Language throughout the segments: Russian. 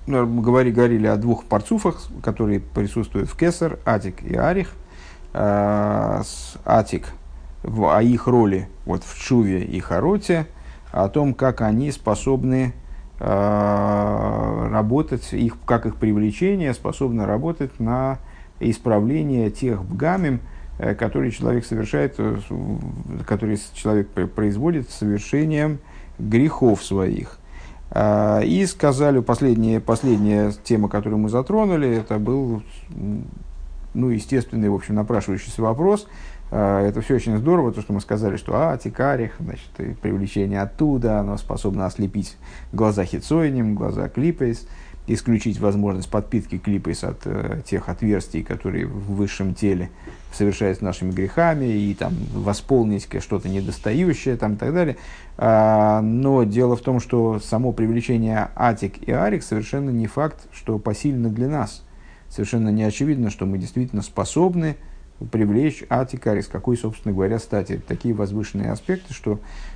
мы говорили о двух парцуфах, которые присутствуют в Кесар, Атик и Арих. Атик, о их роли вот, в Чуве и Хароте, о том, как они способны работать, как их привлечение способно работать на исправление тех бгамим, которые человек совершает, которые человек производит совершением грехов своих. И сказали, последняя тема, которую мы затронули, это был естественный, в общем, напрашивающийся вопрос. Это все очень здорово, то, что мы сказали, что Атикарих, значит, привлечение оттуда, оно способно ослепить глаза хитсоинем, глаза клипейс, исключить возможность подпитки клипейс от тех отверстий, которые в высшем теле совершаются нашими грехами, и там восполнить что-то недостающее там, и так далее. Но дело в том, что само привлечение Атик и Арик совершенно не факт, что посильно для нас. Совершенно не очевидно, что мы действительно способны привлечь Атик и Арик. С какой, собственно говоря, стати. Такие возвышенные аспекты, что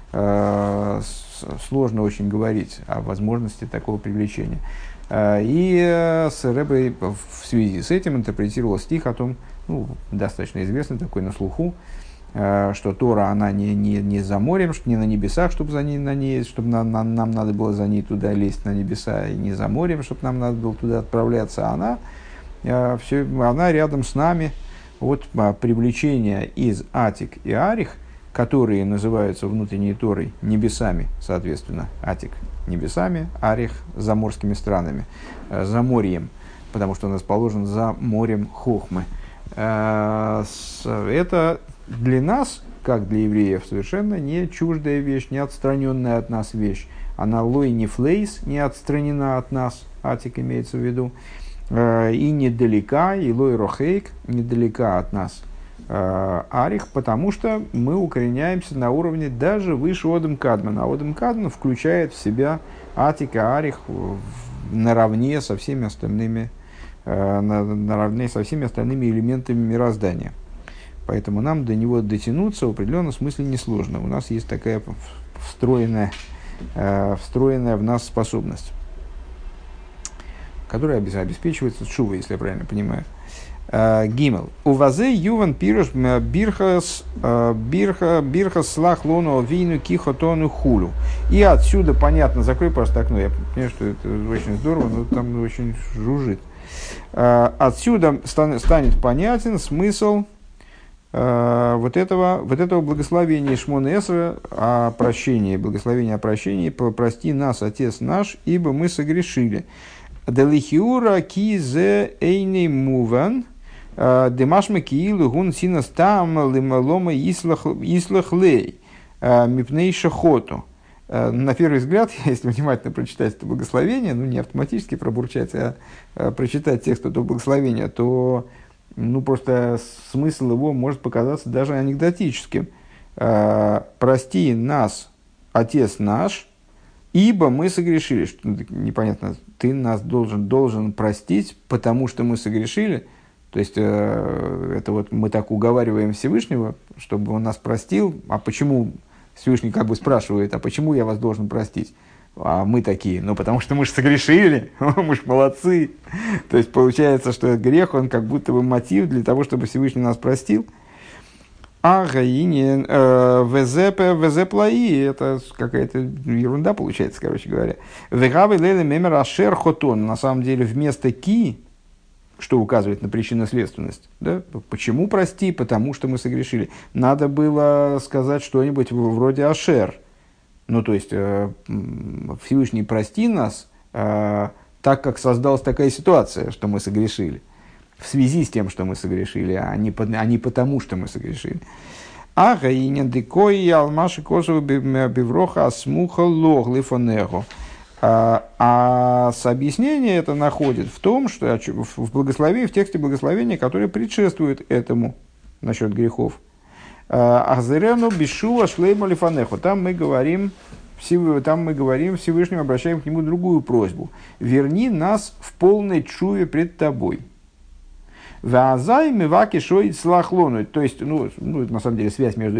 сложно очень говорить о возможности такого привлечения. И с Ребой в связи с этим интерпретировал стих о том, достаточно известный такой на слуху, что Тора, она не за морем, не на небесах, чтобы нам надо было за ней туда лезть на небеса, и не за морем, чтобы нам надо было туда отправляться, а она рядом с нами. Вот привлечение из Атик и Арих, которые называются внутренней Торой небесами, соответственно, Атик небесами, Арих заморскими странами, за морем, потому что он расположен за морем Хохмы. Это для нас, как для евреев, совершенно не чуждая вещь, не отстраненная от нас вещь. Она лой не флейс, не отстранена от нас, Атик имеется в виду, и недалека, и лой рохейк, недалека от нас Арих, потому что мы укореняемся на уровне даже выше Одем Кадмана. А Одем Кадман включает в себя Атик и Арих наравне со всеми остальными элементами мироздания. Поэтому нам до него дотянуться в определенном смысле несложно. У нас есть такая встроенная в нас способность, которая обеспечивается тшувой, если я правильно понимаю. Гимел. Увазе юван пируш бирхас слах лону вину кихотону хулю. И отсюда понятно, закрой просто окно, я понимаю, что это очень здорово, но там очень жужжит. Отсюда станет понятен смысл вот этого благословения Шмон Эсра о прощении, благословения о прощении. Прости нас, Отец наш, ибо мы согрешили. Делихиура кизе эйней муван демашме киилу гун синас там лималома ислах лей мипней шахоту. На первый взгляд, если внимательно прочитать это благословение, не автоматически пробурчать, а прочитать текст этого благословения, то просто смысл его может показаться даже анекдотическим. «Прости нас, Отец наш, ибо мы согрешили». Что, непонятно, ты нас должен простить, потому что мы согрешили. То есть, это вот мы так уговариваем Всевышнего, чтобы он нас простил. А почему... Всевышний как бы спрашивает, а почему я вас должен простить? А мы такие, потому что мы же согрешили, мы же молодцы. То есть получается, что грех, он как будто бы мотив для того, чтобы Всевышний нас простил. А гаине везе плаи, это какая-то ерунда получается, короче говоря. Вегавы леле мемер ашер хотон, на самом деле вместо ки, что указывает на причинно-следственность. Да? Почему прости? Потому что мы согрешили. Надо было сказать что-нибудь вроде «Ашер». То есть, Всевышний, прости нас, так как создалась такая ситуация, что мы согрешили. В связи с тем, что мы согрешили, а не потому, что мы согрешили. Ага, и не дикой алмаши кожу бивроха асмуха лог лифонего. А объяснение это находит в том, что в благословении, в тексте благословения, который предшествует этому насчет грехов. Ахзерену бишува шлейма лифанеху. Там мы говорим Всевышнему, обращаем к нему другую просьбу. Верни нас в полной чуве пред тобой. Ваазай миваки шоит слахлону. То есть, на самом деле, связь между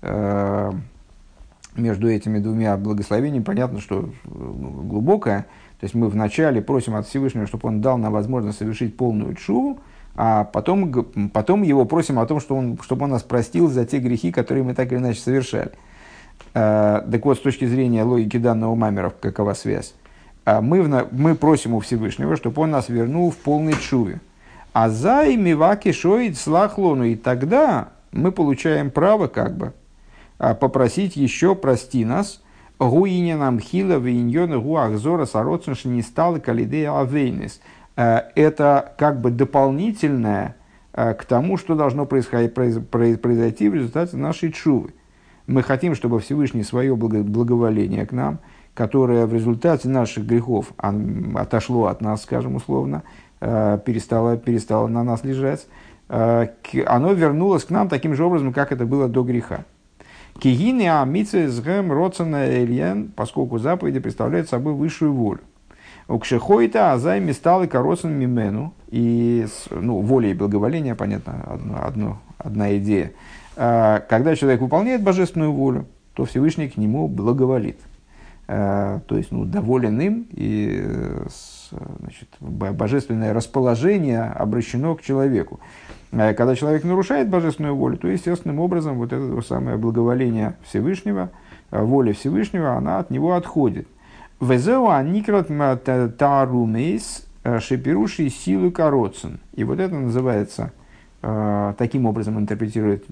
этими двумя благословениями, понятно, что глубокая, То есть мы вначале просим от Всевышнего, чтобы он дал нам возможность совершить полную тшуву, а потом его просим о том, чтобы он нас простил за те грехи, которые мы так или иначе совершали. Так вот, с точки зрения логики данного маймера, какова связь? Мы просим у Всевышнего, чтобы он нас вернул в полной тшуве. А за ими ваки шоит слахлону, и тогда мы получаем право попросить еще прости нас. Гуинянам хила виньона гуахзора сароцнш не стал калидея авейнес. Это дополнительное к тому, что должно произойти в результате нашей тшувы. Мы хотим, чтобы Всевышний свое благоволение к нам, которое в результате наших грехов отошло от нас, скажем условно, перестало на нас лежать, оно вернулось к нам таким же образом, как это было до греха. Кигины амицы сгэм роцена эльен, поскольку заповеди представляют собой высшую волю. Укшехойта азайми стал и короцен мимену. И воля и благоволение, понятно, одна идея. Когда человек выполняет божественную волю, то Всевышний к нему благоволит. То есть доволен им, и божественное расположение обращено к человеку. Когда человек нарушает божественную волю, то естественным образом вот это самое благоволение Всевышнего, воля Всевышнего, она от него отходит. Везеуа никрат таарумейс шепируши силу короцен. И вот это называется, таким образом интерпретирует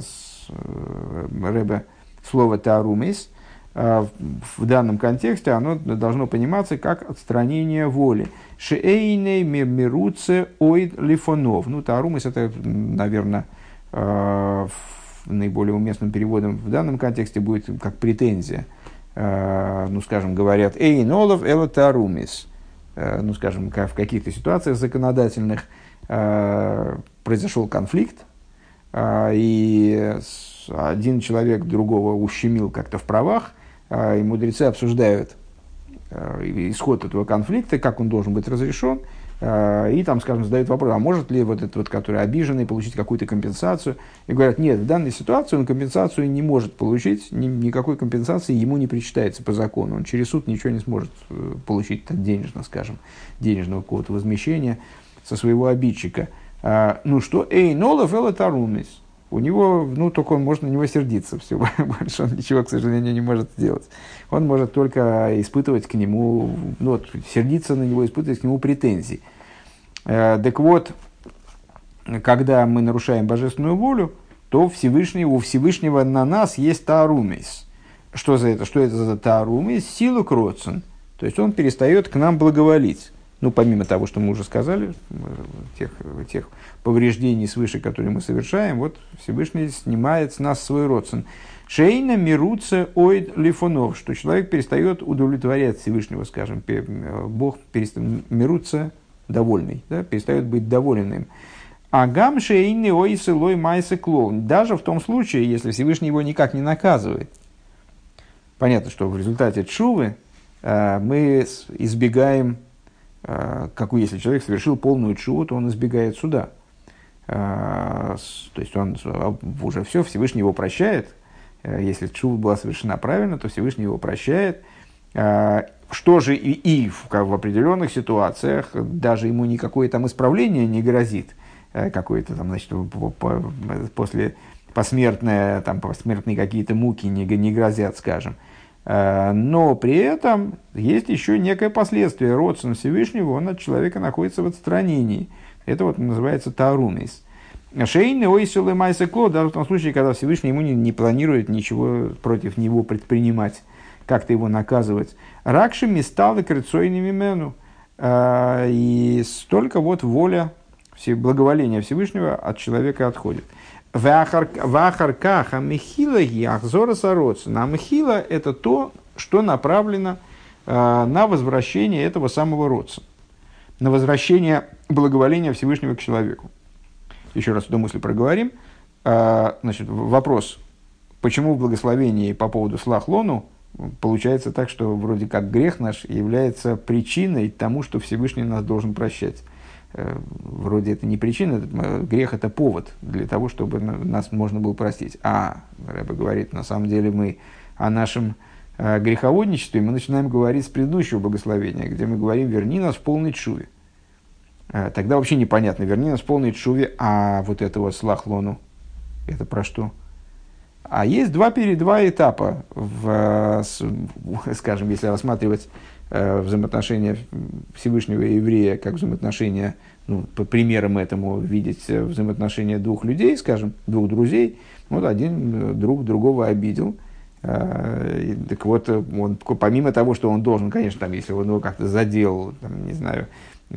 Ребе слово таарумейс. В данном контексте оно должно пониматься как отстранение воли. Шеэйней мируце ойд лифонов. Таарумейс это, наверное, наиболее уместным переводом в данном контексте будет как претензия. Скажем, говорят, «Эйн олов эло таарумис». Скажем, в каких-то ситуациях законодательных произошел конфликт, и один человек другого ущемил как-то в правах, и мудрецы обсуждают исход этого конфликта, как он должен быть разрешен, и там, скажем, задают вопрос, а может ли вот этот, который обиженный, получить какую-то компенсацию? И говорят, нет, в данной ситуации он компенсацию не может получить, никакой компенсации ему не причитается по закону. Он через суд ничего не сможет получить денежно, скажем, денежного какого-то возмещения со своего обидчика. Эй, нолов эло тарумис. У него, только он может на него сердиться, все, больше он ничего, к сожалению, не может сделать. Он может только испытывать к нему, сердиться на него, испытывать к нему претензии. Так вот, когда мы нарушаем божественную волю, то у Всевышнего на нас есть таарумис. Что это за таарумис? Силу кроцен. То есть он перестает к нам благоволить. Помимо того, что мы уже сказали, тех повреждений свыше, которые мы совершаем, вот Всевышний снимает с нас свой родствен. Шейна мируце ойд лифонов, что человек перестает удовлетворять Всевышнего, скажем, Бог мируце довольный, перестает быть доволен им. Агам шейны ойсы лой майсы клоун. Даже в том случае, если Всевышний его никак не наказывает. Понятно, что в результате тшувы мы избегаем, если человек совершил полную тшуву, то он избегает суда. То есть он уже все, Всевышний его прощает. Если тшува была совершена правильно, то Всевышний его прощает. Что же и в определенных ситуациях даже ему никакое там исправление не грозит. Какое-то там, после посмертные какие-то муки не грозят, скажем. Но при этом есть еще некое последствие. Родствен Всевышнего, он от человека находится в отстранении. Это вот называется таарумис. Шейны ойсилы майса кло, даже в том случае, когда Всевышний ему не планирует ничего против него предпринимать, как-то его наказывать. Ракши мисталы крыцойными мену. И столько вот воля, благоволение Всевышнего от человека отходит. Вахаркаха михила яхзора сароцна. А михила – это то, что направлено на возвращение этого самого родца, на возвращение благоволения Всевышнего к человеку. Еще раз эту мысль проговорим. Вопрос, почему в благословении по поводу слахлону получается так, что вроде как грех наш является причиной тому, что Всевышний нас должен прощать. Вроде это не причина, грех это повод для того, чтобы нас можно было простить. Рэбе говорит, на самом деле мы о нашем греховодничестве, мы начинаем говорить с предыдущего благословения, где мы говорим «верни нас в полной тшуве». Тогда вообще непонятно, верни нас в полной тшуве, а вот это вот слах лону, это про что? А есть два этапа, скажем, если рассматривать взаимоотношения Всевышнего и еврея как взаимоотношения, по примерам этому видеть взаимоотношения двух людей, скажем, двух друзей, вот один друг другого обидел. Так вот, он, помимо того, что он должен, конечно, там, если он его как-то задел, там, не знаю,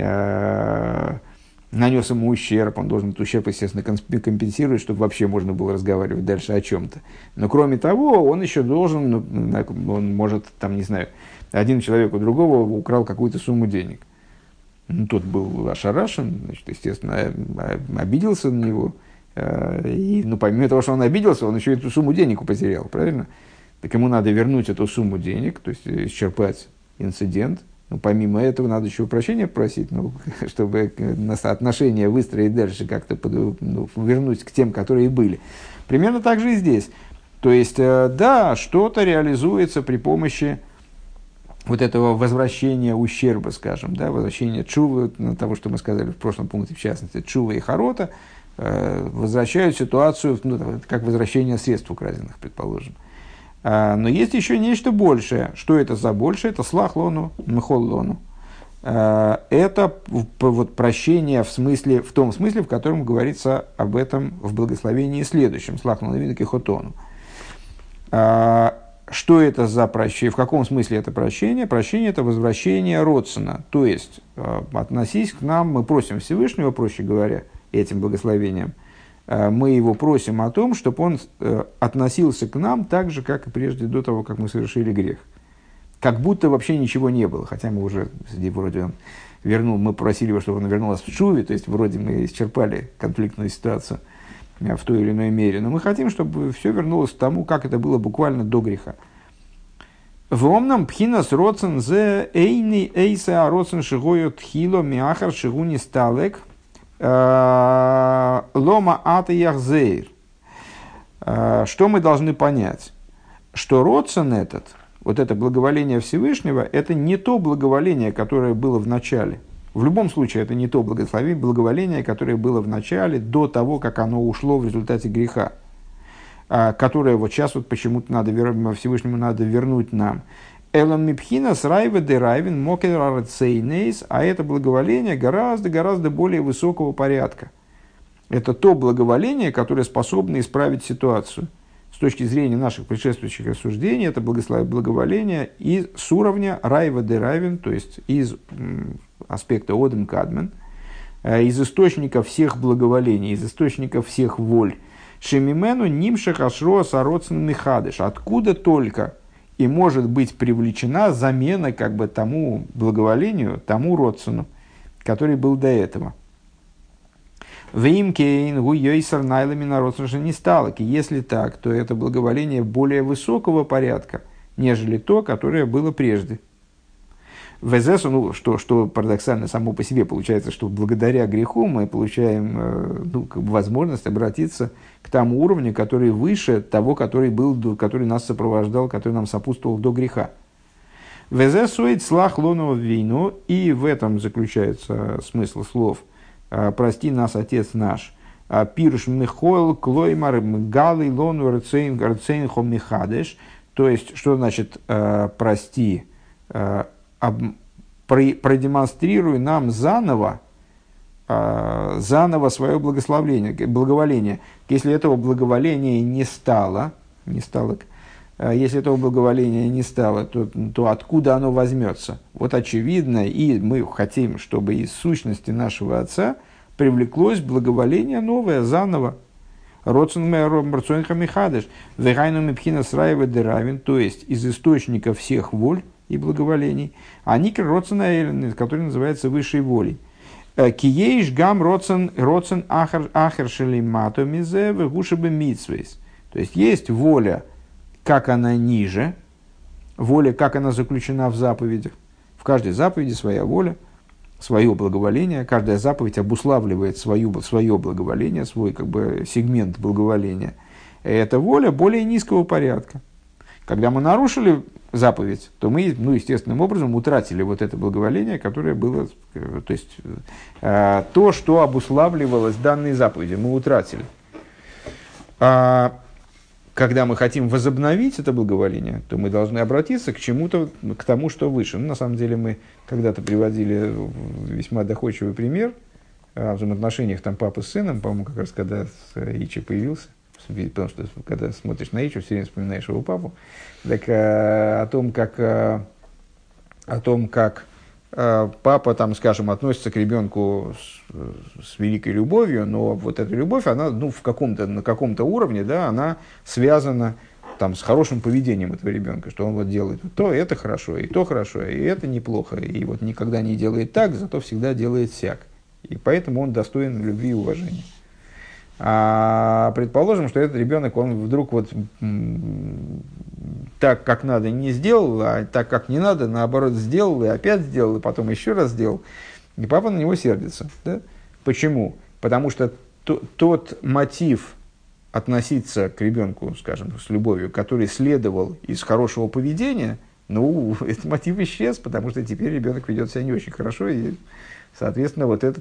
нанес ему ущерб, он должен этот ущерб, естественно, компенсировать, чтобы вообще можно было разговаривать дальше о чем-то. Но кроме того, он еще должен, он может, там, не знаю, один человек у другого украл какую-то сумму денег. Тот был ошарашен, значит, естественно, обиделся на него. И, помимо того, что он обиделся, он еще эту сумму денег потерял, правильно? Так ему надо вернуть эту сумму денег, то есть исчерпать инцидент. Помимо этого, надо еще прощения просить, чтобы отношения выстроить дальше, как-то вернуть к тем, которые были. Примерно так же и здесь. То есть, да, что-то реализуется при помощи вот этого возвращения ущерба, скажем, да, возвращения чувы, того, что мы сказали в прошлом пункте, в частности, чува и харота, возвращают ситуацию, как возвращение средств украденных, предположим. Но есть еще нечто большее. Что это за большее? Это слах лону, мхол лону. Это вот прощение в том смысле, в котором говорится об этом в благословении следующем. Слах лону вину кихотону. Что это за прощение? В каком смысле это прощение? Прощение – это возвращение родствена. То есть, относись к нам, мы просим Всевышнего, проще говоря, этим благословением, мы его просим о том, чтобы он относился к нам так же, как и прежде, до того, как мы совершили грех. Как будто вообще ничего не было, хотя мы уже, вроде он вернул, мы просили его, чтобы он вернул нас в чуве, то есть вроде мы исчерпали конфликтную ситуацию в той или иной мере, но мы хотим, чтобы все вернулось к тому, как это было буквально до греха. Вомнам пхинас роцен зе эйни эйса роцен шигою тхило миахар шигуни сталек лома ата яхзейр. Что мы должны понять? Что родствен этот, вот это благоволение Всевышнего, это не то благоволение, которое было в начале. В любом случае, это не то благоволение, которое было в начале, до того, как оно ушло в результате греха, которое вот сейчас вот почему-то Всевышнему надо вернуть нам. Элам мипхина с райве де райвен мокер арцейнейс, а это благоволение гораздо более высокого порядка. Это то благоволение, которое способно исправить ситуацию. С точки зрения наших предшествующих рассуждений, это благоволение с уровня райва де райвен, то есть из аспекта одем кадмен, из источника всех благоволений, из источника всех воль. Шемимену нимшах ашро сароцен михадыш. Откуда только и может быть привлечена замена как бы тому благоволению, тому родствену, который был до этого. Веймкейн гуйойсар найламина родственника не стало. Если так, то это благоволение более высокого порядка, нежели то, которое было прежде. Везесу, что парадоксально само по себе получается, что благодаря греху мы получаем возможность обратиться к тому уровню, который выше того, который был, который нас сопровождал, который нам сопутствовал до греха. Везесует слах лону вину, и в этом заключается смысл слов «Прости нас, Отец наш». Пирш михоэл клоймар галы лону рцейн хом михадеш. То есть, что значит «прости»? Продемонстрируй нам заново свое благоволение. Если этого благоволения не стало, если этого благоволения не стало, то откуда оно возьмется? Вот очевидно, и мы хотим, чтобы из сущности нашего Отца привлеклось благоволение новое, заново. Родцен мэрцонха михадеш, вегайну мипхина сраева деравин, то есть из источника всех воль и благоволений, а никр родцен аэлен, который называется высшей волей. Киеиш гам родцен ахер шелимато мизе вегушебе митсвейс. То есть есть воля, как она ниже, воля, как она заключена в заповедях. В каждой заповеди своя воля, свое благоволение. Каждая заповедь обуславливает свое благоволение, свой как бы сегмент благоволения. Эта воля более низкого порядка. Когда мы нарушили заповедь, то мы, естественным образом утратили вот это благоволение, которое было, то есть то, что обуславливалось данной заповедью, мы утратили. А когда мы хотим возобновить это благоволение, то мы должны обратиться к чему-то, к тому, что выше. На самом деле мы когда-то приводили весьма доходчивый пример в взаимоотношениях там, папы с сыном, по-моему, как раз когда Ичи появился. Потому что когда смотришь на Ичу, все время вспоминаешь его папу. Так о том, как папа, там, скажем, относится к ребенку с великой любовью, но вот эта любовь, она на каком-то уровне, да, она связана там, с хорошим поведением этого ребенка, что он вот делает то, это хорошо, и это неплохо, и вот никогда не делает так, зато всегда делает сяк. И поэтому он достоин любви и уважения. А предположим, что этот ребенок, он вдруг вот так, как надо, не сделал, а так, как не надо, наоборот, сделал, и опять сделал, и потом еще раз сделал. И папа на него сердится. Да? Почему? Потому что тот мотив относиться к ребенку, скажем, с любовью, который следовал из хорошего поведения, этот мотив исчез, потому что теперь ребенок ведет себя не очень хорошо, и соответственно,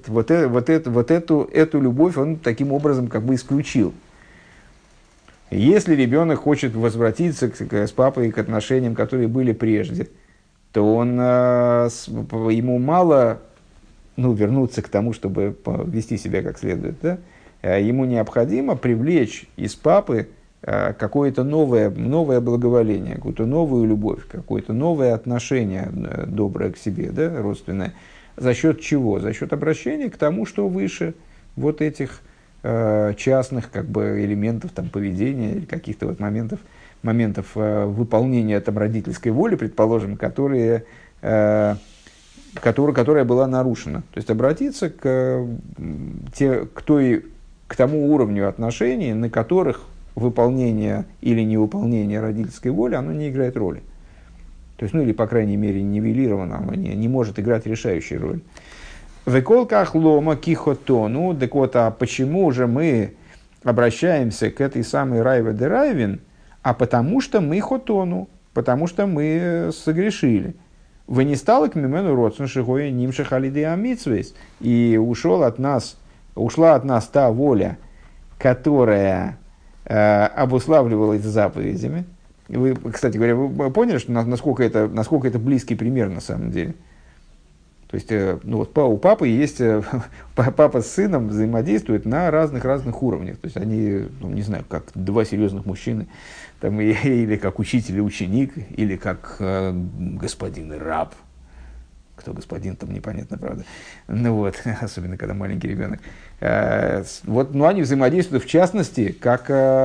эту любовь он таким образом как бы исключил. Если ребенок хочет возвратиться с папой к отношениям, которые были прежде, то ему мало вернуться к тому, чтобы вести себя как следует. Да? Ему необходимо привлечь из папы какое-то новое благоволение, какую-то новую любовь, какое-то новое отношение доброе к себе, да, родственное. За счет чего? За счет обращения к тому, что выше вот этих частных как бы, элементов там, поведения или каких-то вот моментов выполнения там, родительской воли, предположим, которая была нарушена. То есть обратиться к тому уровню отношений, на которых выполнение или невыполнение родительской воли, оно не играет роли. То есть, или, по крайней мере, нивелировано, оно не может играть решающую роль. Веколках лома кихотону, так вот, а почему же мы обращаемся к этой самой райве де райвин? А потому что мы хотону, потому что мы согрешили. Вы не стали к мимену родствен шигоя нимши халиды амитсвейс, и ушла от нас та воля, которая обуславливалась заповедями. Вы, кстати говоря, вы поняли, что насколько это близкий пример на самом деле? То есть, у папы есть, папа с сыном взаимодействуют на разных уровнях. То есть, они, не знаю, как два серьезных мужчины, там, или как учитель и ученик, или как господин и раб. Кто господин, там непонятно, правда. Особенно, когда маленький ребенок. Они взаимодействуют, в частности, как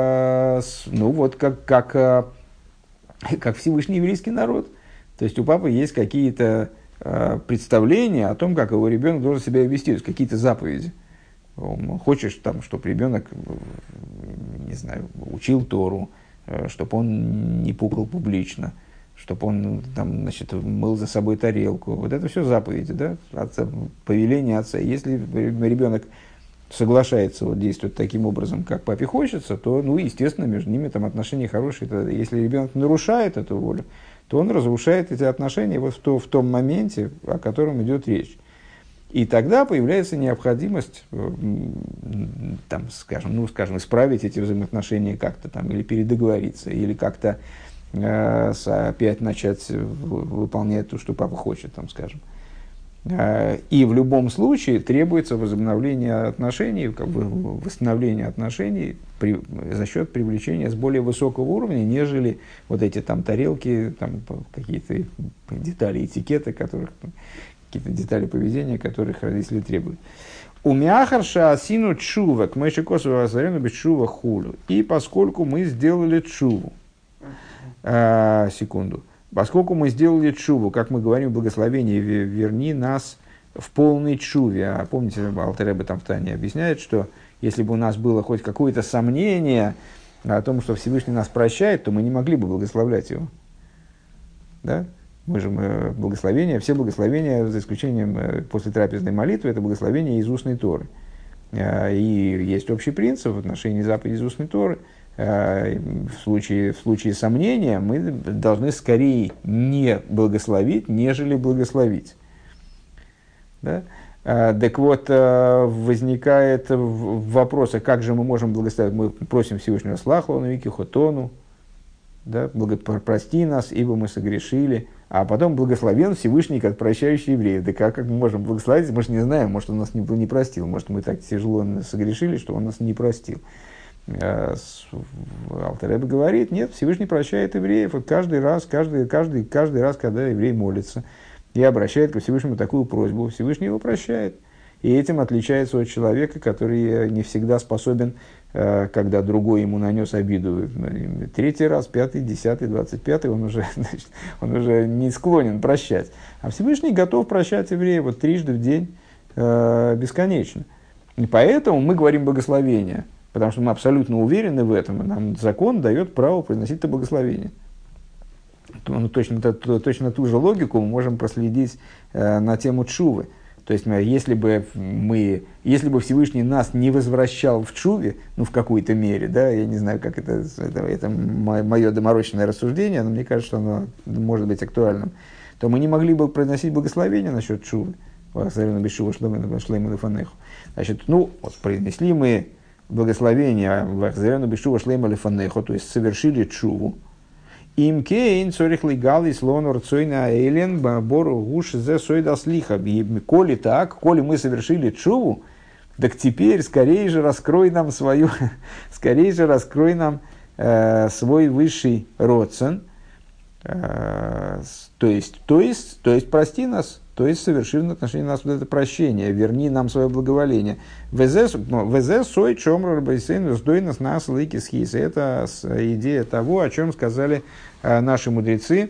Всевышний еврейский народ. То есть, у папы есть какие-то представления о том, как его ребенок должен себя вести, то есть какие-то заповеди. Он хочет, чтобы ребенок, не знаю, учил Тору, чтобы он не пукал публично, чтобы он мыл за собой тарелку. Вот это все заповеди, да? Повеление отца. Если ребенок соглашается действовать таким образом, как папе хочется, то, естественно, между ними отношения хорошие. Если ребенок нарушает эту волю, то он разрушает эти отношения в том моменте, о котором идет речь. И тогда появляется необходимость, скажем, исправить эти взаимоотношения как-то, или передоговориться, или как-то опять начать выполнять то, что папа хочет, скажем. И в любом случае требуется возобновление отношений, восстановление отношений за счет привлечения с более высокого уровня, нежели вот эти тарелки, какие-то детали этикета, какие-то детали поведения, которых родители требуют. У мяхарша асину чува, к мэйшикосу азарену без чува хулю. И поскольку мы сделали чуву, поскольку мы сделали чуву, как мы говорим в благословении, верни нас в полной чуве. А помните, Алтер Ребе там в Тане объясняет, что если бы у нас было хоть какое-то сомнение о том, что Всевышний нас прощает, то мы не могли бы благословлять его. Да? Все благословения, за исключением после трапезной молитвы, это благословение из устной Торы. И есть общий принцип в отношении заповедей из устной Торы, В случае сомнения мы должны скорее не благословить, нежели благословить. Да? Так вот, возникает вопрос, а как же мы можем благословить? Мы просим Всевышнего Слахлону, Вики Хотону, да, прости нас, ибо мы согрешили, а потом благословен Всевышний, как прощающий евреев. Да как мы можем благословить? Мы же не знаем, может, он нас не простил, может, мы так тяжело согрешили, что он нас не простил. Алтер Ребе говорит, нет, Всевышний прощает евреев вот каждый раз, когда еврей молится и обращает ко Всевышнему такую просьбу, Всевышний его прощает. И этим отличается от человека, который не всегда способен, когда другой ему нанес обиду, 3-й раз, 5-й, 10-й, 25-й, он уже не склонен прощать. А Всевышний готов прощать евреев вот 3 в день бесконечно. И поэтому мы говорим благословение, потому что мы абсолютно уверены в этом, и нам закон дает право произносить это благословение. Точно ту же логику мы можем проследить на тему тшувы. То есть, если бы Всевышний нас не возвращал в тшуве, в какой-то мере, да, я не знаю, как это мое доморощенное рассуждение, но мне кажется, что оно может быть актуальным, то мы не могли бы произносить благословение насчет тшувы. Значит, произнесли мы благословение Вахзерену Бешува Шлейма Лефанехо, то есть совершили тшуву. Им кейн цорих легали слонор цойна эйлен бору гуш зе сойда слиха. Коли так, коли мы совершили тшуву, так теперь скорее же раскрой нам свой высший родствен, то есть прости нас, то есть соверши в отношении нас вот это прощение, верни нам свое благоволение. Везе сой чомрор байсейн сдойнас нас лыки схис. Это идея того, о чем сказали наши мудрецы.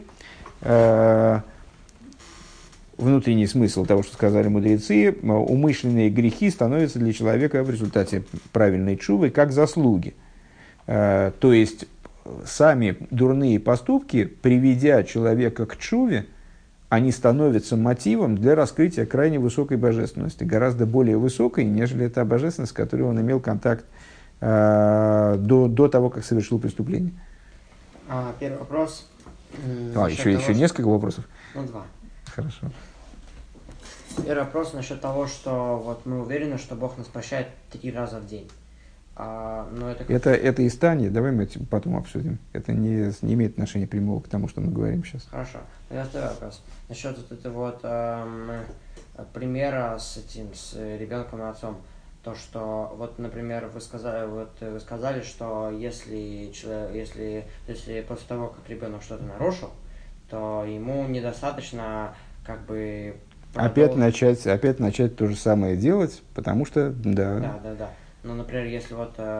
Внутренний смысл того, что сказали мудрецы, умышленные грехи становятся для человека в результате правильной тшувы как заслуги. То есть сами дурные поступки, приведя человека к тшуве, они становятся мотивом для раскрытия крайне высокой божественности, гораздо более высокой, нежели та божественность, с которой он имел контакт до того, как совершил преступление. Первый вопрос. Еще несколько вопросов? 2. Хорошо. Первый вопрос насчет того, что вот мы уверены, что Бог нас прощает 3 раза в день. Это из Тани, давай мы потом обсудим. Это не имеет отношения прямого к тому, что мы говорим сейчас. Хорошо. Тогда второй вопрос. Насчет примера с ребенком и отцом. То, что, вот, например, вы сказали, что если после того, как ребенок что-то нарушил, то ему недостаточно опять начать то же самое делать, потому что Да. Ну, например, если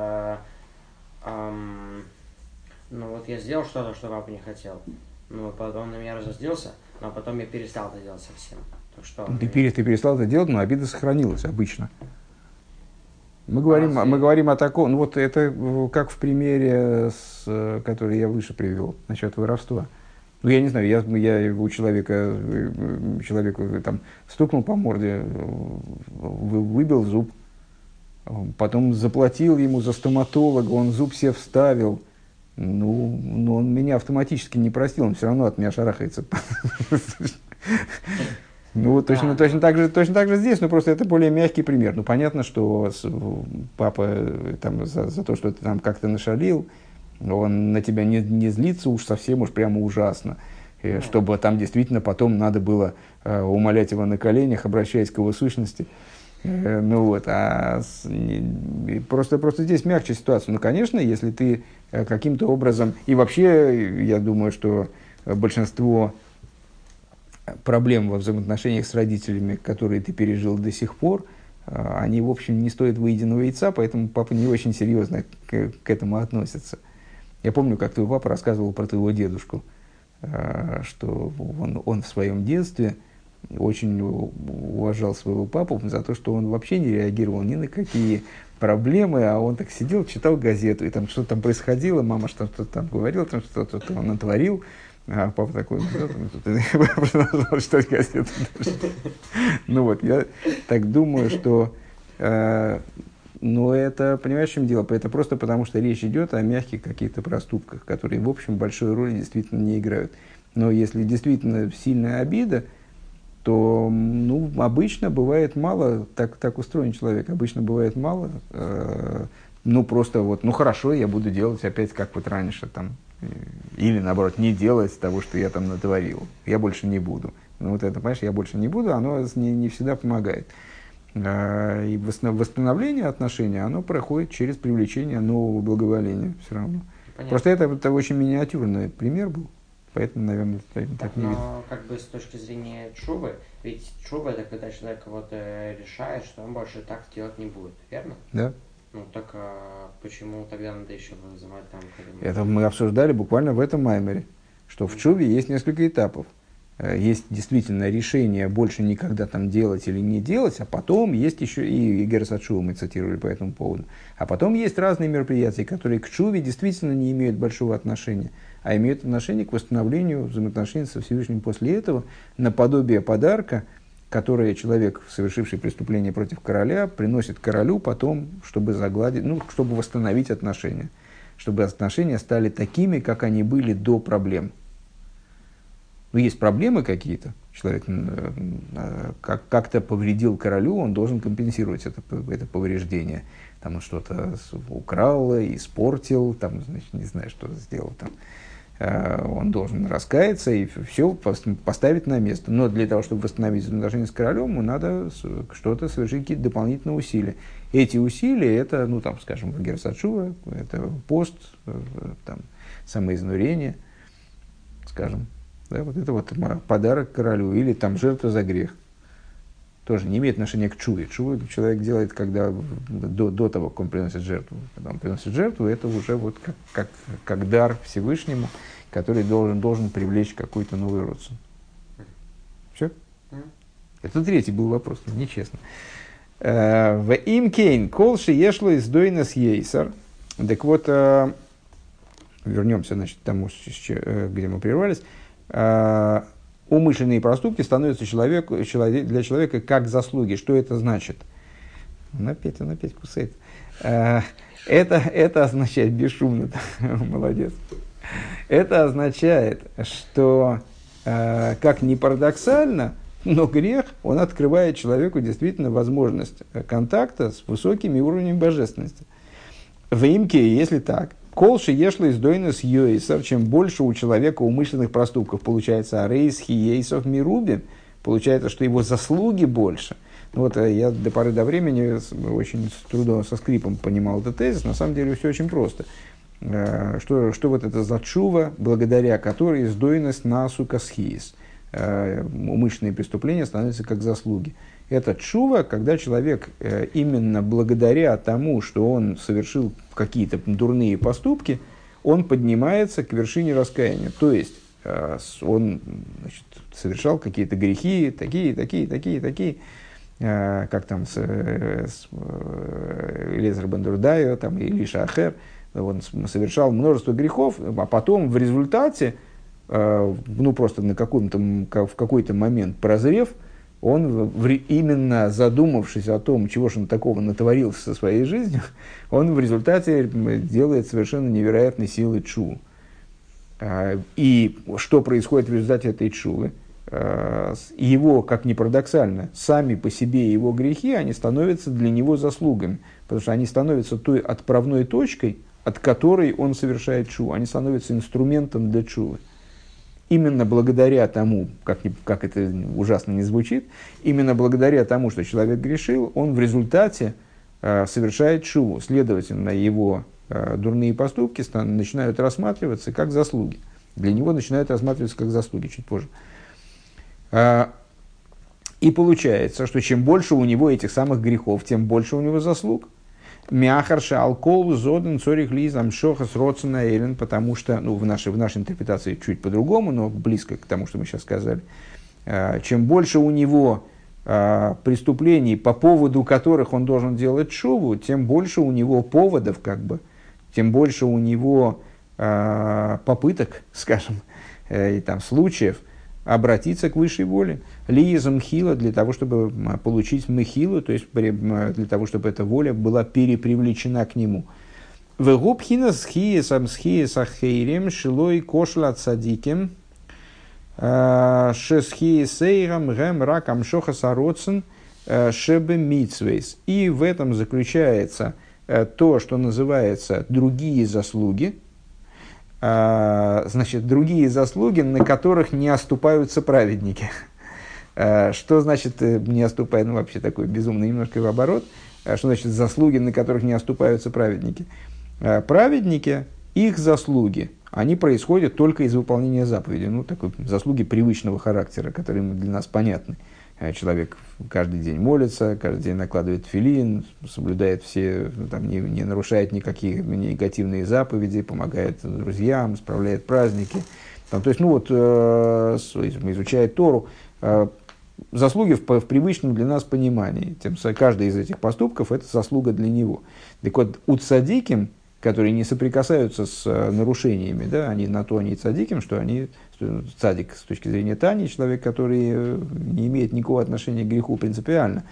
я сделал что-то, что папа не хотел, потом он на меня разозлился, но потом я перестал это делать совсем. Так что ты перестал это делать, но обида сохранилась обычно. Мы говорим о таком, это как в примере, который я выше привел, насчет воровства. Я не знаю, я у человека там стукнул по морде, выбил зуб, потом заплатил ему за стоматолога, он зуб себе вставил. Он меня автоматически не простил, он все равно от меня шарахается. Точно так же здесь, но просто это более мягкий пример. Понятно, что папа за то, что ты там как-то нашалил, он на тебя не злится уж совсем, уж прямо ужасно. Чтобы там действительно потом надо было умолять его на коленях, обращаясь к его сущности. Просто здесь мягче ситуация. Конечно, если ты каким-то образом... И вообще, я думаю, что большинство проблем во взаимоотношениях с родителями, которые ты пережил до сих пор, они, в общем, не стоят выеденного яйца, поэтому папа не очень серьезно к этому относится. Я помню, как твой папа рассказывал про твоего дедушку, что он в своем детстве очень уважал своего папу за то, что он вообще не реагировал ни на какие проблемы, а он так сидел, читал газету, и там что-то там происходило, мама что-то там говорила, там что-то он натворил, а папа такой, продолжал читать газету. Я так думаю, что Но это, понимаешь, в чем дело? Это просто потому, что речь идет о мягких каких-то проступках, которые, в общем, большой роли действительно не играют. Но если действительно сильная обида, то ну, обычно бывает мало, так устроен человек, обычно бывает мало, ну просто вот, ну хорошо, я буду делать опять как вот раньше, там, или наоборот, не делать того, что я там натворил, я больше не буду. Ну вот это, понимаешь, я больше не буду, оно не всегда помогает. И восстановление отношений, оно проходит через привлечение нового благоволения все равно. Понятно. Просто это очень миниатюрный пример был. Поэтому, наверное, так не видно. Но как бы с точки зрения чувы, ведь чува это когда человек вот решает, что он больше так делать не будет, верно? Да. Ну так почему тогда надо еще вызывать там? Это мы обсуждали буквально в этом маймере, что в чуве есть несколько этапов. Есть действительно решение больше никогда там делать или не делать, а потом есть еще, и Герас Ачува мы цитировали по этому поводу, а потом есть разные мероприятия, которые к чуве действительно не имеют большого отношения, а имеют отношение к восстановлению взаимоотношений со Всевышним после этого, наподобие подарка, которое человек, совершивший преступление против короля, приносит королю потом, чтобы загладить, ну, чтобы восстановить отношения, чтобы отношения стали такими, как они были до проблем. Ну, есть проблемы какие-то, человек как-то повредил королю, он должен компенсировать это повреждение. Там он что-то украл, испортил, там, значит, не знаю, что сделал там. Он должен раскаяться и все поставить на место. Но для того, чтобы восстановить отношения с королем, ему надо что-то совершить, какие-то дополнительные усилия. Эти усилия, это, ну, там, скажем, Герас Ачува, это пост, там, самоизнурение, скажем. Да, вот это вот подарок королю или там жертва за грех. Тоже не имеет отношения к чуве. Чуву человек делает, когда до того, как он приносит жертву. Когда он приносит жертву, это уже вот как дар Всевышнему, который должен привлечь какой-то новый родственник. Все? Это третий был вопрос, нечестно. В имкейн колши ешло из дойнес ейсар. Так вот, вернемся, значит, к тому, где мы прервались. Умышленные проступки становятся для человека как заслуги. Что это значит? Он опять кусает. Это означает бесшумно. Молодец. Это означает, что, как ни парадоксально, но грех, он открывает человеку действительно возможность контакта с высокими уровнями божественности. В имке, если так, колши ешло из дойнес йойсов, чем больше у человека умышленных проступков получается арейс хиейсов мируби, получается, что его заслуги больше. Вот я до поры до времени очень с трудом, со скрипом понимал этот тезис, на самом деле все очень просто. Что вот это за чува, благодаря которой из дойнес насу касхиес, умышленные преступления становятся как заслуги. Это чува, когда человек именно благодаря тому, что он совершил какие-то дурные поступки, он поднимается к вершине раскаяния. То есть, он, значит, совершал какие-то грехи, такие, как там с Элиэзер бен Дурдайо, там, Илиша Ахер, он совершал множество грехов, а потом в результате, ну просто в какой-то момент прозрев, он, именно задумавшись о том, чего же он такого натворил со своей жизнью, он в результате делает совершенно невероятной силы чуву. И что происходит в результате этой чувы? Его, как ни парадоксально, сами по себе его грехи, они становятся для него заслугами, потому что они становятся той отправной точкой, от которой он совершает чуву. Они становятся инструментом для чувы. Именно благодаря тому, как это ужасно не звучит, именно благодаря тому, что человек грешил, он в результате совершает шуву. Следовательно, его дурные поступки начинают рассматриваться как заслуги. Для него начинают рассматриваться как заслуги чуть позже. И получается, что чем больше у него этих самых грехов, тем больше у него заслуг. Мяхарша алкол зоден цорих лизам шохас родсена элен, потому что, ну, в нашей интерпретации чуть по-другому, но близко к тому, что мы сейчас сказали. Чем больше у него преступлений, по поводу которых он должен делать шуву, тем больше у него поводов, тем больше у него попыток, скажем, и там случаев обратиться к высшей воле. Лиеза мхила, для того, чтобы получить мхилу, то есть для того, чтобы эта воля была перепривлечена к нему. Вегубхина схиесам схиесахейрем шилой кошла цадикем шесхиесейрам гэм ракам шоха сароцен шебе митсвейс. И в этом заключается то, что называется другие заслуги. Значит, другие заслуги, на которых не оступаются праведники. Что значит не оступают? Ну, вообще такой безумный немножко в оборот. Что значит заслуги, на которых не оступаются праведники? Праведники, их заслуги, они происходят только из выполнения заповедей. Ну, такой заслуги привычного характера, которые для нас понятны. Человек каждый день молится, каждый день накладывает тфилин, соблюдает все, там, не нарушает никакие негативные заповеди, помогает друзьям, справляет праздники. Там, то есть, ну вот, изучает Тору. Заслуги в привычном для нас понимании. Каждый из этих поступков – это заслуга для него. Так вот, у цадиким, которые не соприкасаются с нарушениями, да, они на то они цадиким, что они цадик с точки зрения Тани, человек, который не имеет никакого отношения к греху принципиально.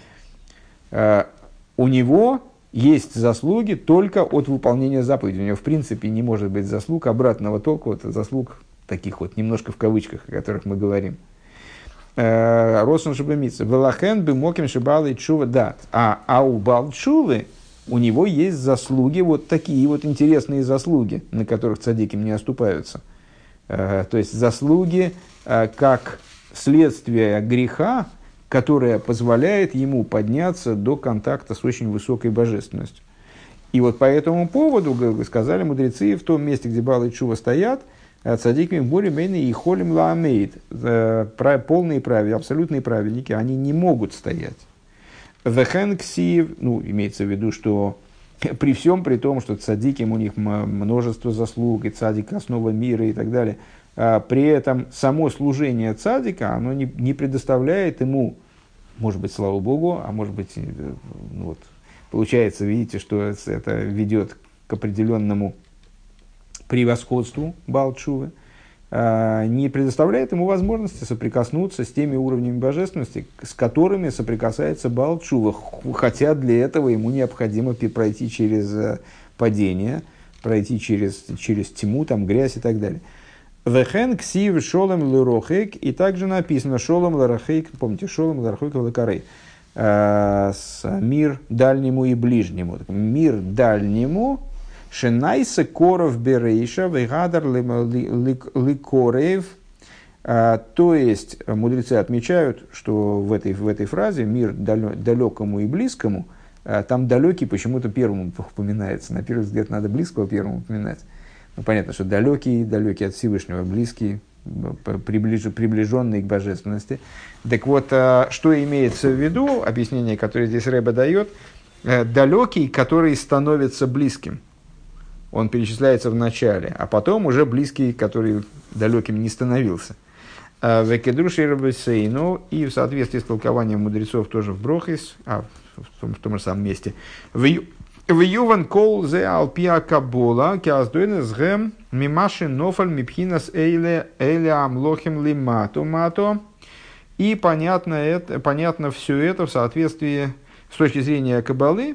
У него есть заслуги только от выполнения заповедей. У него в принципе не может быть заслуг обратного толка, вот заслуг таких вот немножко в кавычках, о которых мы говорим. Росон шабамица. Велахен бы моким шибалы чува дат. А у балчувы у него есть заслуги, вот такие вот интересные заслуги, на которых цадиким не оступаются. То есть заслуги как следствие греха, которое позволяет ему подняться до контакта с очень высокой божественностью. И вот по этому поводу, сказали мудрецы, в том месте, где Баал и Чува стоят, цадиким более-менее и холим лаамейд, полные праведники, абсолютные праведники, они не могут стоять. Вехен ксив, ну, имеется в виду, что при всем при том, что цадиким у них множество заслуг, и цадик основа мира и так далее, при этом само служение цадика, оно не предоставляет ему, может быть, слава Богу, а может быть, ну, вот, получается, видите, что это ведет к определенному превосходству Баал Тшувы, не предоставляет ему возможности соприкоснуться с теми уровнями божественности, с которыми соприкасается Баал Тшува, хотя для этого ему необходимо пройти через падение, пройти через тьму, там, грязь и так далее. Вехен ксив шолом лерохек, и также написано шолом лерохек, помните, шолом лерохек лекарей, мир дальнему и ближнему. Мир дальнему шенайса коров берейша вегадар ликорев. То есть мудрецы отмечают, что в этой фразе мир далекому и близкому, там далекий почему-то первым упоминается. На первый взгляд надо близкого первым упоминать. Ну, понятно, что далекий от Всевышнего, близкий, приближенный к божественности. Так вот, что имеется в виду, объяснение, которое здесь Ребе дает, далекий, который становится близким. Он перечисляется в начале, а потом уже близкий, который далеким не становился. Векедруши Ребесейну, и в соответствии с толкованием мудрецов тоже в Брохис, в том же самом месте, в Юван кол зе алпия кабола киаздойнес гэм мимаши нофаль мипхинас эйле амлохим лимато мато. И понятно все это в соответствии с точки зрения каббалы,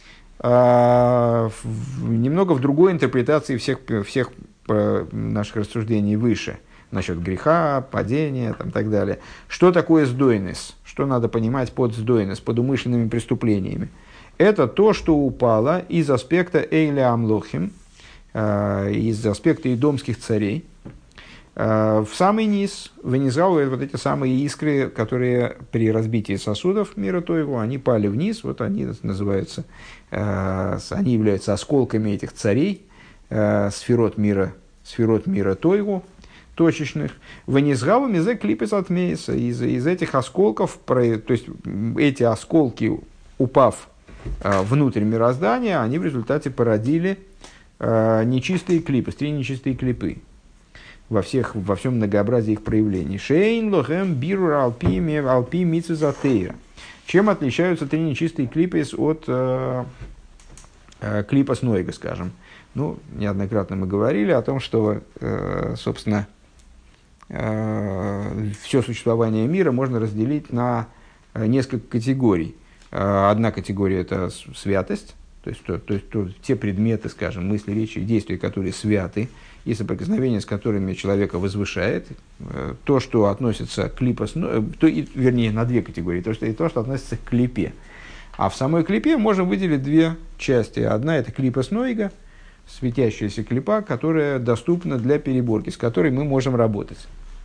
немного в другой интерпретации всех наших рассуждений выше, насчет греха, падения и так далее. Что такое сдойнес? Что надо понимать под сдойнес, под умышленными преступлениями? Это то, что упало из аспекта Эйля Амлохим, из аспекта идомских царей, в самый низ, вынизал вот эти самые искры, которые при разбитии сосудов мира Тойгу, они пали вниз, вот они называются, они являются осколками этих царей, сферот мира Тойгу, точечных. Вынизгал мизе клипес отмеется. Из этих осколков, то есть эти осколки, упав внутрь мироздания, они в результате породили нечистые клипы, 3 нечистые клипы во всем многообразии их проявлений. Шейн лохем биру алпи митсу затея. Чем отличаются 3 нечистые клипы от клипа с Нойга, скажем? Ну, неоднократно мы говорили о том, что, собственно, все существование мира можно разделить на несколько категорий. Одна категория – это святость, то есть те предметы, скажем, мысли, речи и действия, которые святы, и соприкосновение с которыми человека возвышает. То, что относится к вернее, на две категории. То, что относится к клипе. А в самой клипе можем выделить две части. Одна – это клипос нойга, светящаяся клипа, которая доступна для переборки, с которой мы можем работать.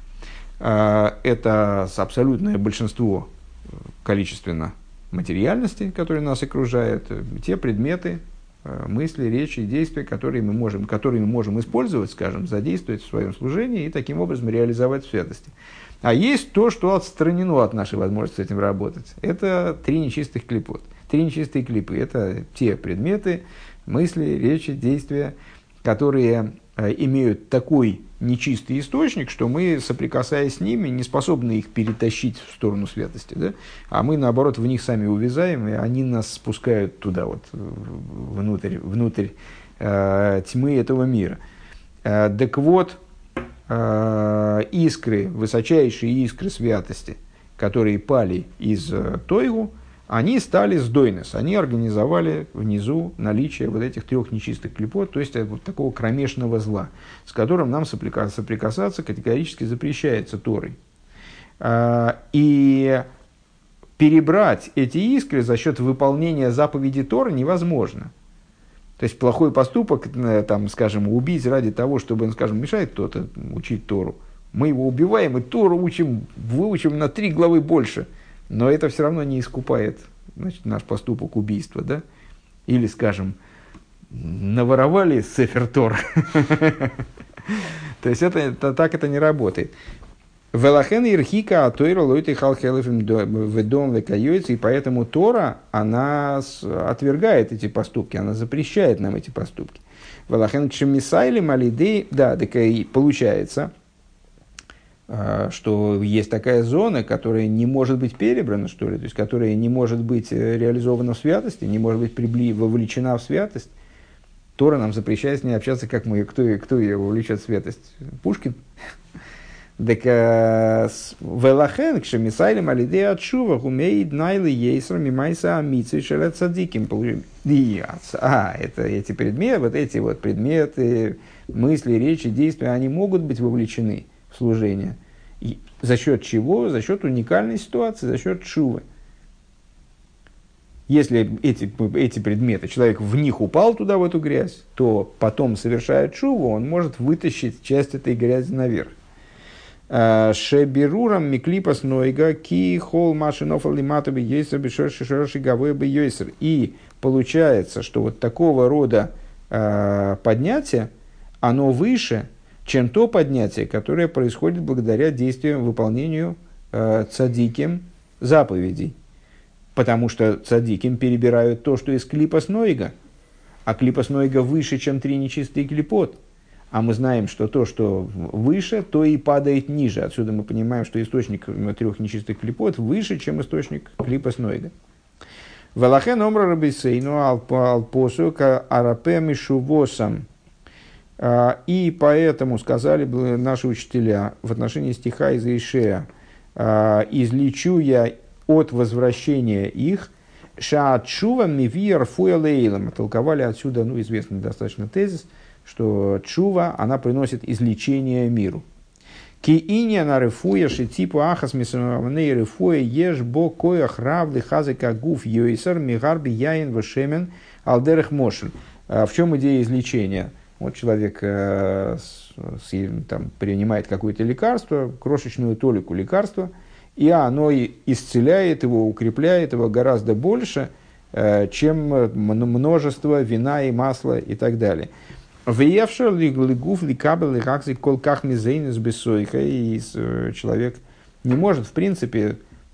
Это абсолютное большинство количественно материальности, которые нас окружают, те предметы, мысли, речи, действия, которые мы можем использовать, скажем, задействовать в своем служении и таким образом реализовать в святости. А есть то, что отстранено от нашей возможности с этим работать. Это три нечистых клипот. Три нечистые клипы – это те предметы, мысли, речи, действия, которые имеют такой нечистый источник, что мы, соприкасаясь с ними, не способны их перетащить в сторону святости, да? А мы, наоборот, в них сами увязаем, и они нас спускают туда, вот, внутрь тьмы этого мира. Так вот, искры, высочайшие искры святости, которые пали из Тойгу, они стали сдойнес, они организовали внизу наличие вот этих трех нечистых клипот, то есть вот такого кромешного зла, с которым нам соприкасаться категорически запрещается Торой. И перебрать эти искры за счет выполнения заповеди Торы невозможно. То есть плохой поступок, там, скажем, убить ради того, чтобы, скажем, мешает кто-то учить Тору. Мы его убиваем и Тору выучим на 3 главы больше. Но это все равно не искупает, значит, наш поступок убийства, да? Или, скажем, наворовали сефер Тор. То есть так это не работает. Велахен ирхика атойра лойты халхелефим ведом лекайойцы, и поэтому Тора, она отвергает эти поступки, она запрещает нам эти поступки. Велахен кшемисайли малидей, да, так и получается, что есть такая зона, которая не может быть перебрана, что ли, то есть которая не может быть реализована в святости, не может быть вовлечена в святость. Тора нам запрещает с ней общаться, как мы, кто ее вовлечет в святость? Пушкин. Так велахен кшемисайлем алидей атшува гумеид найлы ейсер мимайса амитсвей шелет цадиким. Это эти предметы, вот эти вот предметы, мысли, речи, действия, они могут быть вовлечены в служение. И за счет чего? За счет уникальной ситуации, за счет тшувы. Если эти предметы, человек в них упал туда, в эту грязь, то потом, совершая тшуву, он может вытащить часть этой грязи наверх. Шеберурам миклипас нойга ки хол машинофал лиматоби йойсер бешоши гавой бы йойсер. И получается, что вот такого рода поднятие, оно выше, чем то поднятие, которое происходит благодаря действиям, выполнению цадиким заповедей. Потому что цадиким перебирают то, что из клипас нойга, а клипас нойга выше, чем 3 нечистые клипот. А мы знаем, что то, что выше, то и падает ниже. Отсюда мы понимаем, что источник 3 нечистых клипот выше, чем источник клипас нойга. Велахен омра рабисейну алпосу ка арапе мишувосам. И поэтому сказали наши учителя в отношении стиха из Ишея: излечу я от возвращения их, шаатшува мивир фуэлейлам. Толковали отсюда, известный достаточно тезис, что чува, она приносит излечение миру. Ки иня на рефуя шитипу ахас мисамавней рефуя еш бо коях равли хазыка гуф йойсер мигарби яин вашемен алдерех мошель. В чем идея излечения? Вот человек принимает какое-то лекарство, крошечную толику лекарства, и оно исцеляет его, укрепляет его гораздо больше, чем множество вина и масла и так далее. Веевшер лигуф ликабел лихакси колках мизейнес бессойха, и человек не может, в принципе,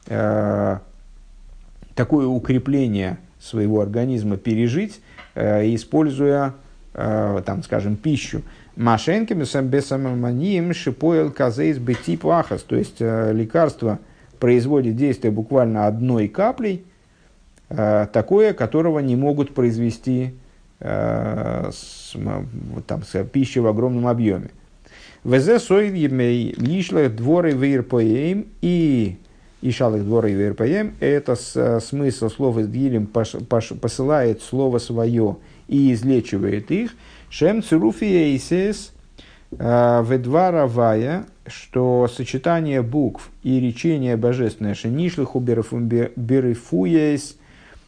такое укрепление своего организма пережить, используя, скажем, пищу. Машенками бесамаманием шипоэл казейс бетип ахас, то есть лекарство производит действие буквально одной каплей, такое, которого не могут произвести пища в огромном объеме. Везе сой ишлых дворы вирпоем и ишалых дворы вирпоем. Это смысл слова с Дилем посылает слово свое и излечивает их. Шем цируфиейсес ведваравая, что сочетание букв и речение божественное шенишлиху берифуес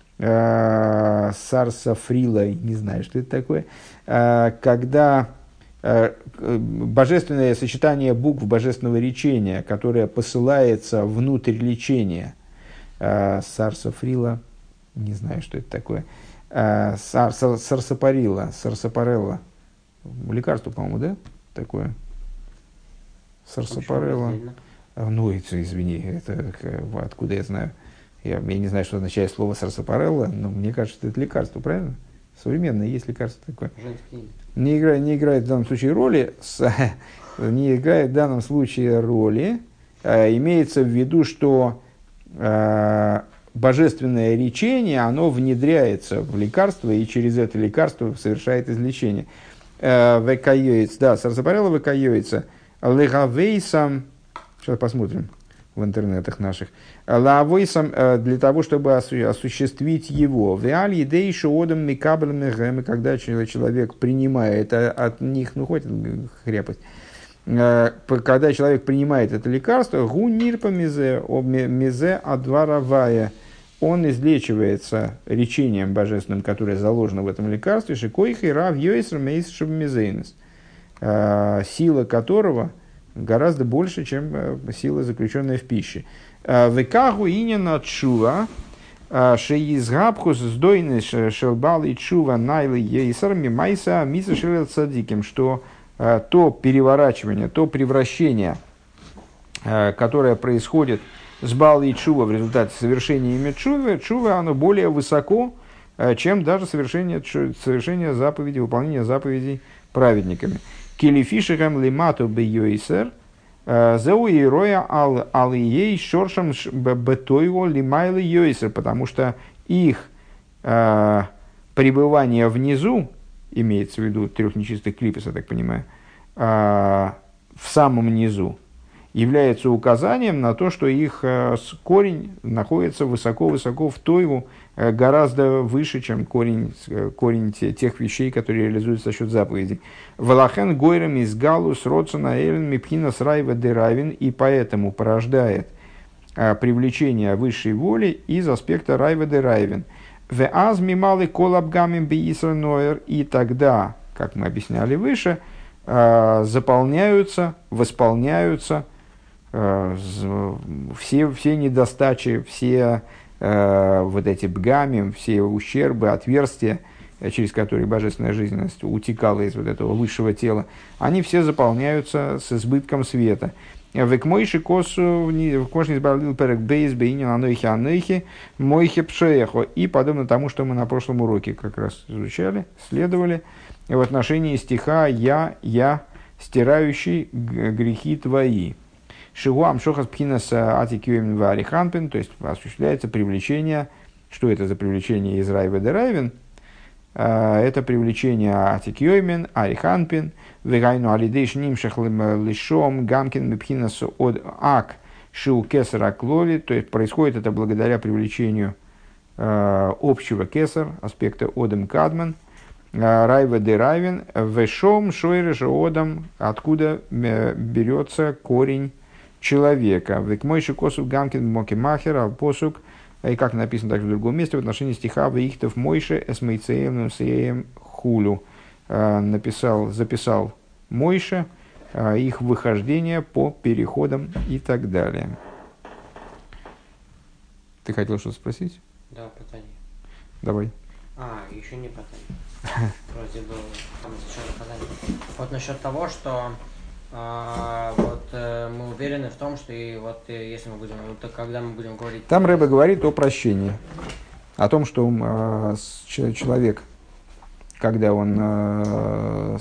сарсафрилой, не знаю, что это такое, когда божественное сочетание букв божественного речения, которое посылается внутрь лечения, сарсафрила, не знаю, что это такое, сарсапарилла, лекарство, по-моему, да, такое, сарсапарилла, ну, извини, это откуда я знаю, я не знаю, что означает слово сарсапарелла, но мне кажется, что это лекарство, правильно? Современное есть лекарство такое. Не играет в данном случае роли, имеется в виду, что божественное речение, оно внедряется в лекарство, и через это лекарство совершает излечение. Векайоиц, да, сарсапарелла векайоица, легавейсам, сейчас посмотрим в интернетах наших, лавойсам для того, чтобы осуществить его. В реалии дейшу одам микаблем, когда человек принимает от них, ну хоть хрепость, когда человек принимает это лекарство, гу нирпа мизе адваравая, он излечивается речением божественным, которое заложено в этом лекарстве, шикойхи рав йойсер мейсшев мизейнес, сила которого гораздо больше, чем сила, заключенная в пище. Векаху инина чува, шеизгабхус сдойны шелбал и чува найлы ейсар мимайса миса шелел цадиким, что то переворачивание, то превращение, которое происходит с бал и чува в результате совершения ими чувы, оно более высоко, чем даже совершение заповедей, выполнение заповедей праведниками. Килифишерам лимату бейойсер, зауироя алией шоршам бетойво лимайлы йойсер, потому что их пребывание внизу, имеется в виду трех нечистых клипес, я так понимаю, в самом низу, является указанием на то, что их корень находится высоко-высоко в тойву, гораздо выше, чем корень тех вещей, которые реализуются за счет заповедей. Валахен гойрам из галус родсона элен мипхина срайва деравин, и поэтому порождает привлечение высшей воли из аспекта райва деравин. В аз мималы колабгамим биисра ноер, и тогда, как мы объясняли выше, заполняются, восполняются все недостачи, все вот эти бгами, все ущербы, отверстия, через которые божественная жизненность утекала из вот этого высшего тела, они все заполняются с избытком света. Век мойши косу, кожный избавил перек бейс, бейнин анойхи анойхи, мойхи пшеехо. И подобно тому, что мы на прошлом уроке как раз изучали, следовали, в отношении стиха «Я, стирающий грехи твои». Шигуам шохас пхинас атикюем вариханпин, то есть осуществляется привлечение. Что это за привлечение из райва де райвен? Это привлечение атикюемен, ариханпин, вегайну алидейш нимшах лишом, гамкин мипхинас от ак шиу кесар аклоли, то есть происходит это благодаря привлечению общего кесар, аспекта одем кадман, райва де райвен, вешом шойреш одам, откуда берется корень человека. Век мойши косук гамкин моки махера посук, и как написано также в другом месте в отношении стиха «Веихтов Мойше эсмейцеем сеем хулю». Записал Мойше их выхождение по переходам и так далее. Ты хотел что-то спросить? Да, питание. Давай. Еще не питание. Вроде бы там сначала питание. Вот насчет того, что мы уверены в том, что если мы будем, когда мы будем говорить... Там Рэбе говорит о прощении, о том, что человек, когда он,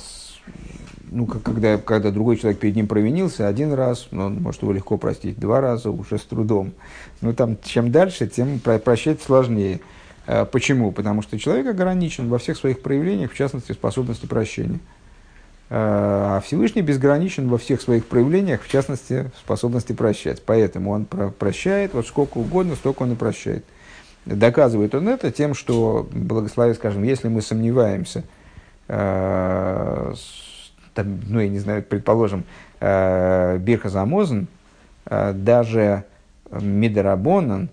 когда другой человек перед ним провинился один раз, он может его легко простить, 2 раза уже с трудом. Но там чем дальше, тем прощать сложнее. Почему? Потому что человек ограничен во всех своих проявлениях, в частности, в способности прощения. А Всевышний безграничен во всех своих проявлениях, в частности, в способности прощать. Поэтому он прощает, вот сколько угодно, столько он и прощает. Доказывает он это тем, что, благословит, скажем, если мы сомневаемся, я не знаю, предположим, Бирха Замозен, даже Мидарабонан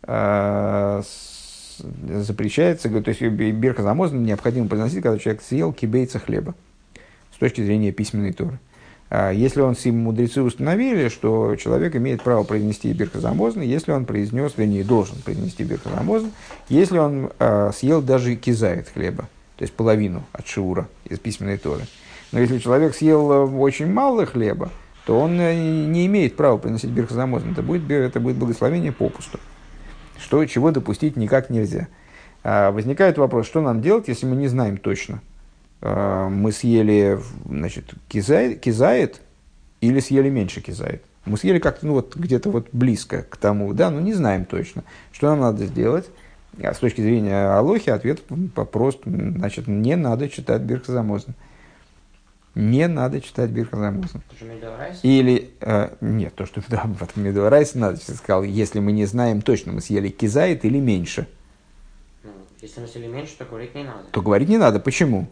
запрещается, то есть Бирха Замозен необходимо произносить, когда человек съел кибейца хлеба, с точки зрения письменной Торы. Если мудрецы установили, что человек имеет право произнести Бирха Замозен, если он произнес, вернее, должен произнести Бирха Замозен, если он съел даже кизайт хлеба, то есть половину от шиура из письменной Торы. Но если человек съел очень мало хлеба, то он не имеет права приносить Бирха Замозен. Это будет благословение попусту. Чего допустить никак нельзя. Возникает вопрос, что нам делать, если мы не знаем точно. Мы съели, значит, кизайт или съели меньше кизайт. Мы съели как-то где-то близко к тому, да, но не знаем точно. Что нам надо сделать? С точки зрения алохи ответ прост. Значит, не надо читать Бирха Замозен. Не надо читать Бирха Замозен. Или, нет, то, что в Медуарайсе надо, я сказал, если мы не знаем точно, мы съели кизайт или меньше. Если мы съели меньше, то говорить не надо. То говорить не надо. Почему?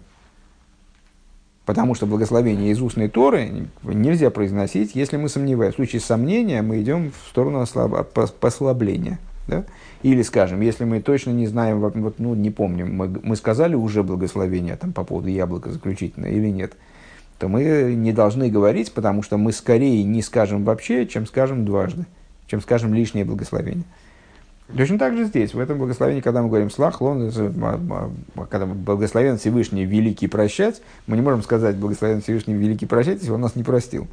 Потому что благословение из устной Торы нельзя произносить, если мы сомневаемся. В случае сомнения мы идем в сторону послабления. Да? Или, скажем, если мы точно не знаем, не помним, мы сказали уже благословение по поводу яблока заключительно или нет, то мы не должны говорить, потому что мы скорее не скажем вообще, чем скажем дважды, чем скажем лишнее благословение. Точно так же здесь, в этом благословении, когда мы говорим «слах», когда благословен Всевышний великий прощать, мы не можем сказать «благословен Всевышний великий прощать», если он нас не простил.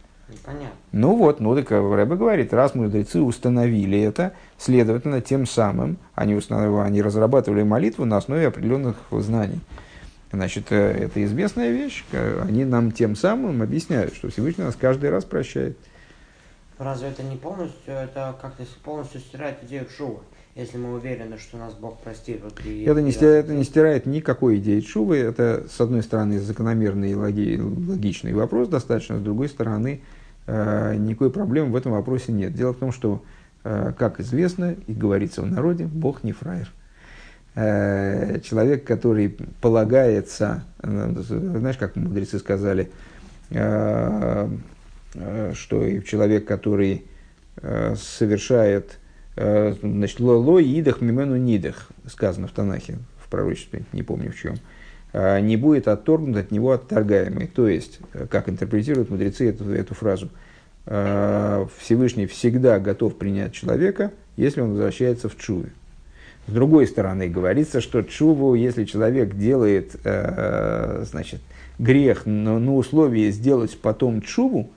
Понятно. Так Рэбе говорит, раз мудрецы установили это, следовательно, тем самым они разрабатывали молитву на основе определенных знаний. Значит, это известная вещь, они нам тем самым объясняют, что Всевышний нас каждый раз прощает. Разве это не полностью, это как-то полностью стирает идею шува, если мы уверены, что нас Бог простит? Это не стирает никакой идеи шувы, это, с одной стороны, закономерный и логичный вопрос достаточно, с другой стороны, никакой проблемы в этом вопросе нет. Дело в том, что, как известно и говорится в народе, Бог не фраер. Человек, который полагается, знаешь, как мудрецы сказали, что человек, который совершает, значит, ло идах мимену нидах, сказано в Танахе, в пророчестве, не помню в чем, не будет отторгнут от него отторгаемый. То есть, как интерпретируют мудрецы эту фразу, Всевышний всегда готов принять человека, если он возвращается в тшуве. С другой стороны, говорится, что тшуву, если человек делает, значит, грех, но на условии сделать потом тшуву,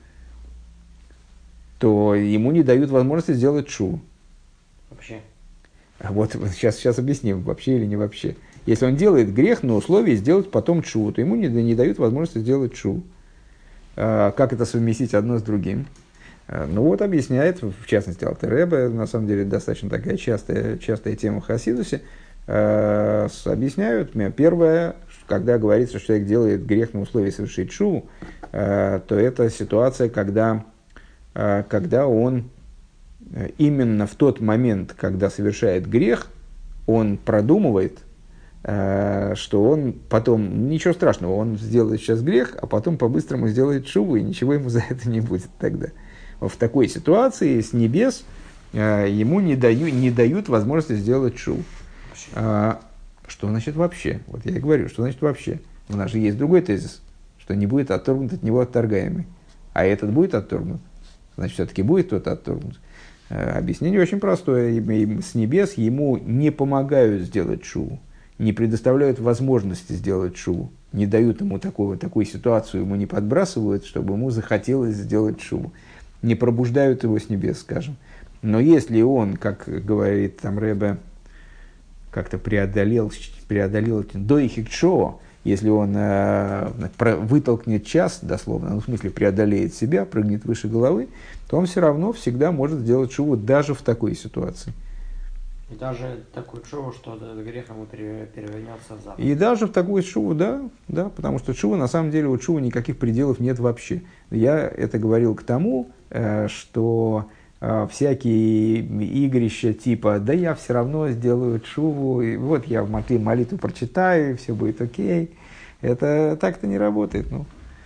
то ему не дают возможности сделать тшуву. Вообще. Вот сейчас объясним, вообще или не вообще. Если он делает грех на условии сделать потом тшуву, то ему не дают возможности сделать тшуву. Как это совместить одно с другим? Объясняет, в частности, Алтер Ребе, на самом деле, достаточно такая частая тема в Хасидусе, объясняют, первое, когда говорится, что человек делает грех на условии совершить тшуву, то это ситуация, когда он именно в тот момент, когда совершает грех, он продумывает, что он потом, ничего страшного, он сделает сейчас грех, а потом по-быстрому сделает тшуву, и ничего ему за это не будет тогда. В такой ситуации с небес ему не дают возможности сделать тшуву. Что значит вообще? Вот я и говорю, что значит вообще? У нас же есть другой тезис, что не будет отторгнут от него отторгаемый. А этот будет отторгнут, значит, все-таки будет тот отторгнут. Объяснение очень простое. С небес ему не помогают сделать тшуву, не предоставляют возможности сделать тшуву, не дают ему такую ситуацию, ему не подбрасывают, чтобы ему захотелось сделать тшуву. Не пробуждают его с небес, скажем. Но если он, как говорит там Ребе, как-то преодолел доихикшо, если он вытолкнет час, дословно, в смысле преодолеет себя, прыгнет выше головы, то он все равно всегда может сделать шуву даже в такой ситуации. И даже такую чуву, что этот грех ему перевернется в заповедь. И даже в такую шуву, да, да, потому что шува, на самом деле, у шува никаких пределов нет вообще. Я это говорил к тому, что всякие игрища типа, да я все равно сделаю шуву, и вот я в молитву прочитаю, и все будет окей. Это так-то не работает. Ну.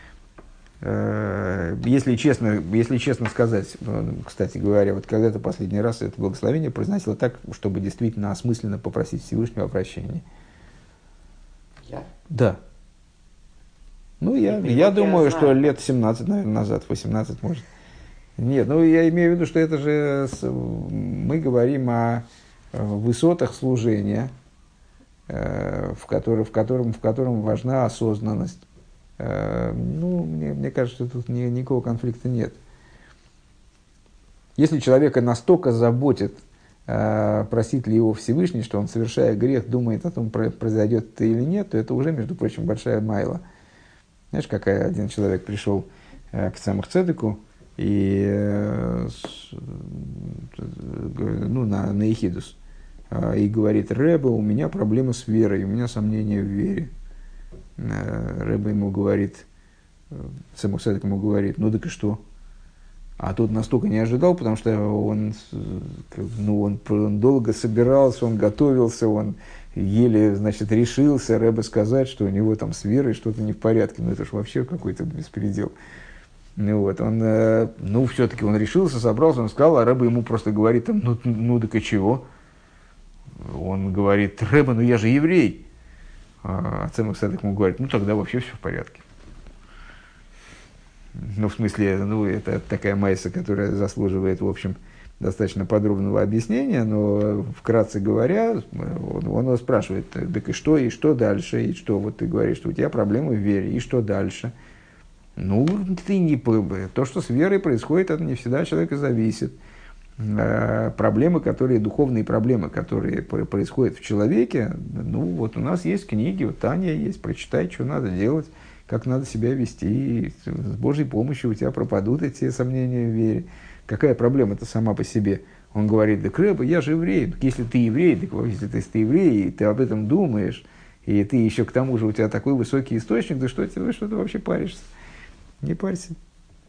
Если честно сказать, кстати говоря, вот когда-то последний раз это благословение произносило так, чтобы действительно осмысленно попросить Всевышнего о прощении. Я? Да. Ну, я думаю, что лет 17, наверное, назад, 18, может. Нет, ну, я имею в виду, что это же мы говорим о высотах служения, в котором важна осознанность. Ну, мне кажется, что тут никакого конфликта нет. Если человека настолько заботит, просит ли его Всевышний, что он, совершая грех, думает о том, произойдет это или нет, то это уже, между прочим, большая майла. Знаешь, какая один человек пришел к Цемах Цедеку и на Ехидус и говорит: Ребе, у меня проблемы с верой, у меня сомнения в вере. Ребе ему говорит, Цемах Цедек ему говорит: ну так и что? А тот настолько не ожидал, потому что он долго собирался, он готовился, он еле, значит, решился Ребе сказать, что у него там с верой что-то не в порядке. Ну это ж вообще какой-то беспредел. Вот, все-таки он решился, собрался, он сказал, а Ребе ему просто говорит, ну так и чего? Он говорит: Ребе, ну я же еврей. А Цемах Цедек ему говорит: ну тогда вообще все в порядке. Ну, в смысле, это такая майса, которая заслуживает, в общем, достаточно подробного объяснения, но, вкратце говоря, он его спрашивает: так и что дальше, и что, вот ты говоришь, что у тебя проблемы в вере, и что дальше? Ну, то, что с верой происходит, это не всегда от человека зависит. Проблемы, духовные проблемы, которые происходят в человеке, вот у нас есть книги, вот Таня есть, прочитай, что надо делать, как надо себя вести, и с Божьей помощью у тебя пропадут эти сомнения в вере. Какая проблема-то сама по себе? Он говорит: да, Ребе, я же еврей. Если ты еврей, если ты еврей, и ты об этом думаешь, и ты еще к тому же у тебя такой высокий источник, да что ты вообще паришься? Не парься.